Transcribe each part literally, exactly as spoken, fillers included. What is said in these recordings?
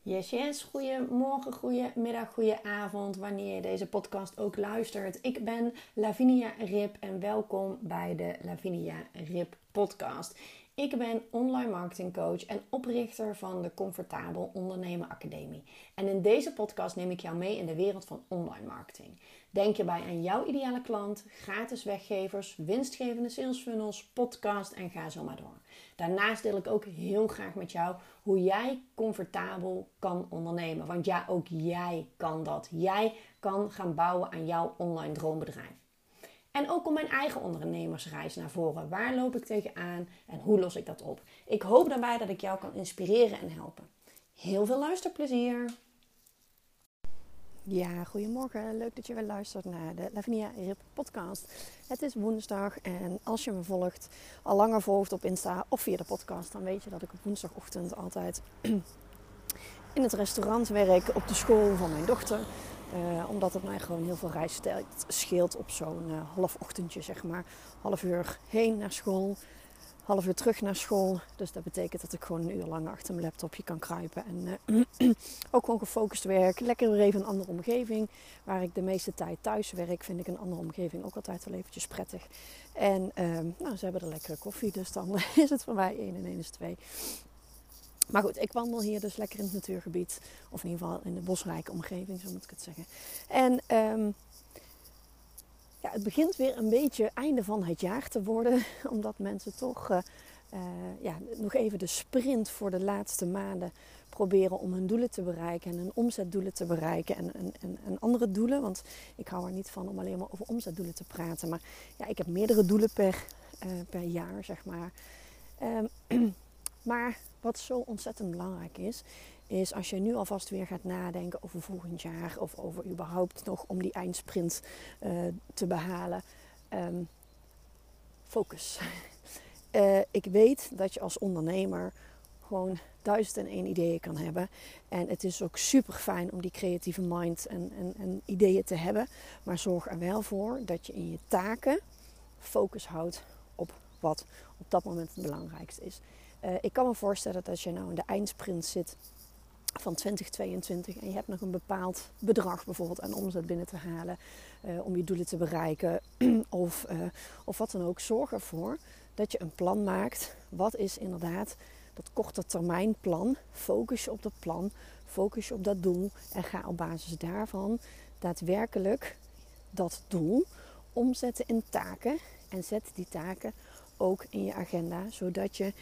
Yes, yes. Goedemorgen, goedemiddag, goedenavond, wanneer je deze podcast ook luistert. Ik ben Lavinia Rip en welkom bij de Lavinia Rip podcast. Ik ben online marketingcoach en oprichter van de Comfortabel Ondernemen Academie. En in deze podcast neem ik jou mee in de wereld van online marketing. Denk hierbij aan jouw ideale klant, gratis weggevers, winstgevende sales funnels, podcast en ga zo maar door. Daarnaast deel ik ook heel graag met jou hoe jij comfortabel kan ondernemen. Want ja, ook jij kan dat. Jij kan gaan bouwen aan jouw online droombedrijf. En ook om mijn eigen ondernemersreis naar voren. Waar loop ik tegenaan en hoe los ik dat op? Ik hoop daarbij dat ik jou kan inspireren en helpen. Heel veel luisterplezier! Ja, goedemorgen. Leuk dat je weer luistert naar de Lavinia Rip podcast. Het is woensdag en als je me volgt, al langer volgt op Insta of via de podcast, dan weet je dat ik op woensdagochtend altijd in het restaurant werk op de school van mijn dochter. Uh, omdat het mij gewoon heel veel reistijd scheelt op zo'n uh, half ochtendje, zeg maar. Half uur heen naar school, half uur terug naar school. Dus dat betekent dat ik gewoon een uur lang achter mijn laptopje kan kruipen. En uh, ook gewoon gefocust werk. Lekker weer even een andere omgeving. Waar ik de meeste tijd thuis werk, vind ik een andere omgeving ook altijd wel eventjes prettig. En uh, nou, ze hebben er lekkere koffie, dus dan is het voor mij één en één is twee. Maar goed, ik wandel hier dus lekker in het natuurgebied. Of in ieder geval in de bosrijke omgeving, zo moet ik het zeggen. En um, ja, het begint weer een beetje einde van het jaar te worden. Omdat mensen toch uh, uh, ja, nog even de sprint voor de laatste maanden proberen om hun doelen te bereiken. En hun omzetdoelen te bereiken. En, en, en, en andere doelen. Want ik hou er niet van om alleen maar over omzetdoelen te praten. Maar ja, ik heb meerdere doelen per, uh, per jaar, zeg maar. Um, maar wat zo ontzettend belangrijk is, is als je nu alvast weer gaat nadenken over volgend jaar of over überhaupt nog om die eindsprint uh, te behalen. Um, focus. uh, ik weet dat je als ondernemer gewoon duizend en één ideeën kan hebben. En het is ook super fijn om die creatieve mind en, en, en ideeën te hebben. Maar zorg er wel voor dat je in je taken focus houdt op wat op dat moment het belangrijkste is. Uh, ik kan me voorstellen dat als je nou in de eindsprint zit van twintig tweeëntwintig en je hebt nog een bepaald bedrag bijvoorbeeld aan omzet binnen te halen uh, om je doelen te bereiken of, uh, of wat dan ook. Zorg ervoor dat je een plan maakt. Wat is inderdaad dat korte termijn plan? Focus je op dat plan, focus je op dat doel en ga op basis daarvan daadwerkelijk dat doel omzetten in taken en zet die taken ook in je agenda, zodat je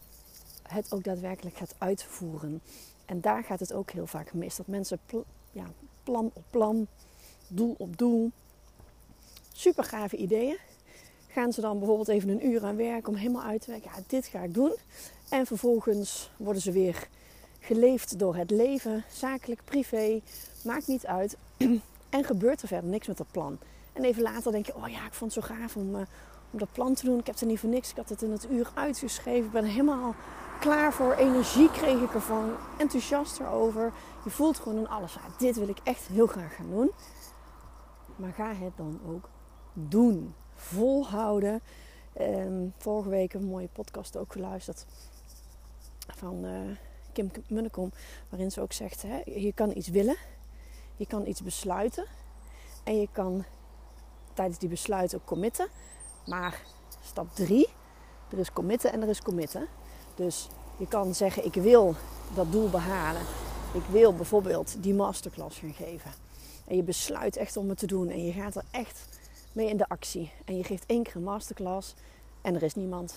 het ook daadwerkelijk gaat uitvoeren. En daar gaat het ook heel vaak mis. Dat mensen pl- ja, plan op plan, doel op doel, super gave ideeën. Gaan ze dan bijvoorbeeld even een uur aan werk om helemaal uit te werken. Ja, dit ga ik doen. En vervolgens worden ze weer geleefd door het leven. Zakelijk, privé, maakt niet uit. En gebeurt er verder niks met dat plan. En even later denk je, oh ja, ik vond het zo gaaf om, uh, om dat plan te doen. Ik heb er niet voor niks. Ik had het in het uur uitgeschreven. Ik ben helemaal klaar voor. Energie kreeg ik ervan. Enthousiast erover. Je voelt gewoon in alles. Ja, dit wil ik echt heel graag gaan doen. Maar ga het dan ook doen. Volhouden. Um, vorige week een mooie podcast ook geluisterd. Van uh, Kim Munnekom. Waarin ze ook zegt. Hè, je kan iets willen. Je kan iets besluiten. En je kan tijdens die besluiten ook committen. Maar stap drie. Er is committen en er is committen. Dus je kan zeggen, ik wil dat doel behalen. Ik wil bijvoorbeeld die masterclass gaan geven. En je besluit echt om het te doen. En je gaat er echt mee in de actie. En je geeft één keer een masterclass. En er is niemand.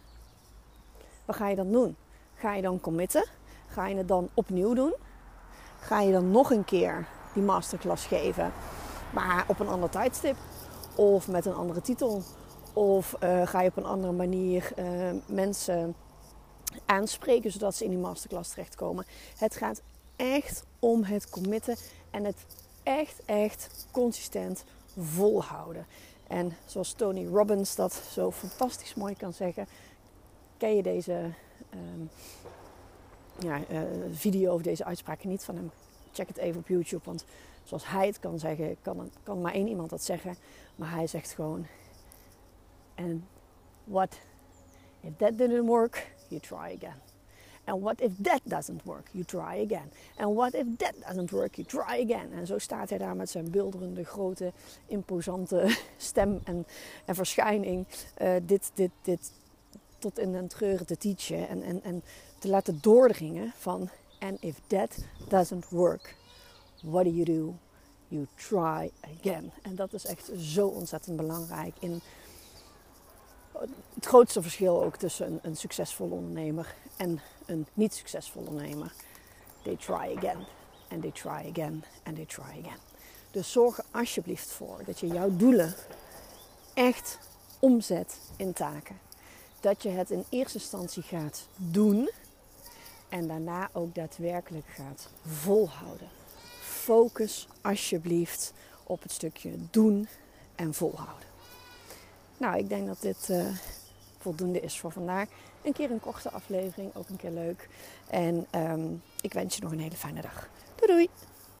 Wat ga je dan doen? Ga je dan committen? Ga je het dan opnieuw doen? Ga je dan nog een keer die masterclass geven? Maar op een ander tijdstip. Of met een andere titel. Of uh, ga je op een andere manier uh, mensen aanspreken zodat ze in die masterclass terechtkomen. Het gaat echt om het committen en het echt, echt consistent volhouden. En zoals Tony Robbins dat zo fantastisch mooi kan zeggen, ken je deze um, ja, uh, video of deze uitspraken niet van hem. Check het even op YouTube, want zoals hij het kan zeggen, kan, kan maar één iemand dat zeggen. Maar hij zegt gewoon, and what if that didn't work, you try again. And what if that doesn't work? You try again. And what if that doesn't work? You try again. En zo staat hij daar met zijn bulderende, grote, imposante stem en, en verschijning. Uh, dit, dit, dit tot in den treuren te teachen. En, en, en te laten doordringen van... And if that doesn't work, what do you do? You try again. En dat is echt zo ontzettend belangrijk in... Het grootste verschil ook tussen een, een succesvolle ondernemer en een niet succesvolle ondernemer. They try again, and they try again, and they try again. Dus zorg er alsjeblieft voor dat je jouw doelen echt omzet in taken. Dat je het in eerste instantie gaat doen en daarna ook daadwerkelijk gaat volhouden. Focus alsjeblieft op het stukje doen en volhouden. Nou, ik denk dat dit uh, voldoende is voor vandaag. Een keer een korte aflevering, ook een keer leuk. En um, ik wens je nog een hele fijne dag. Doei doei!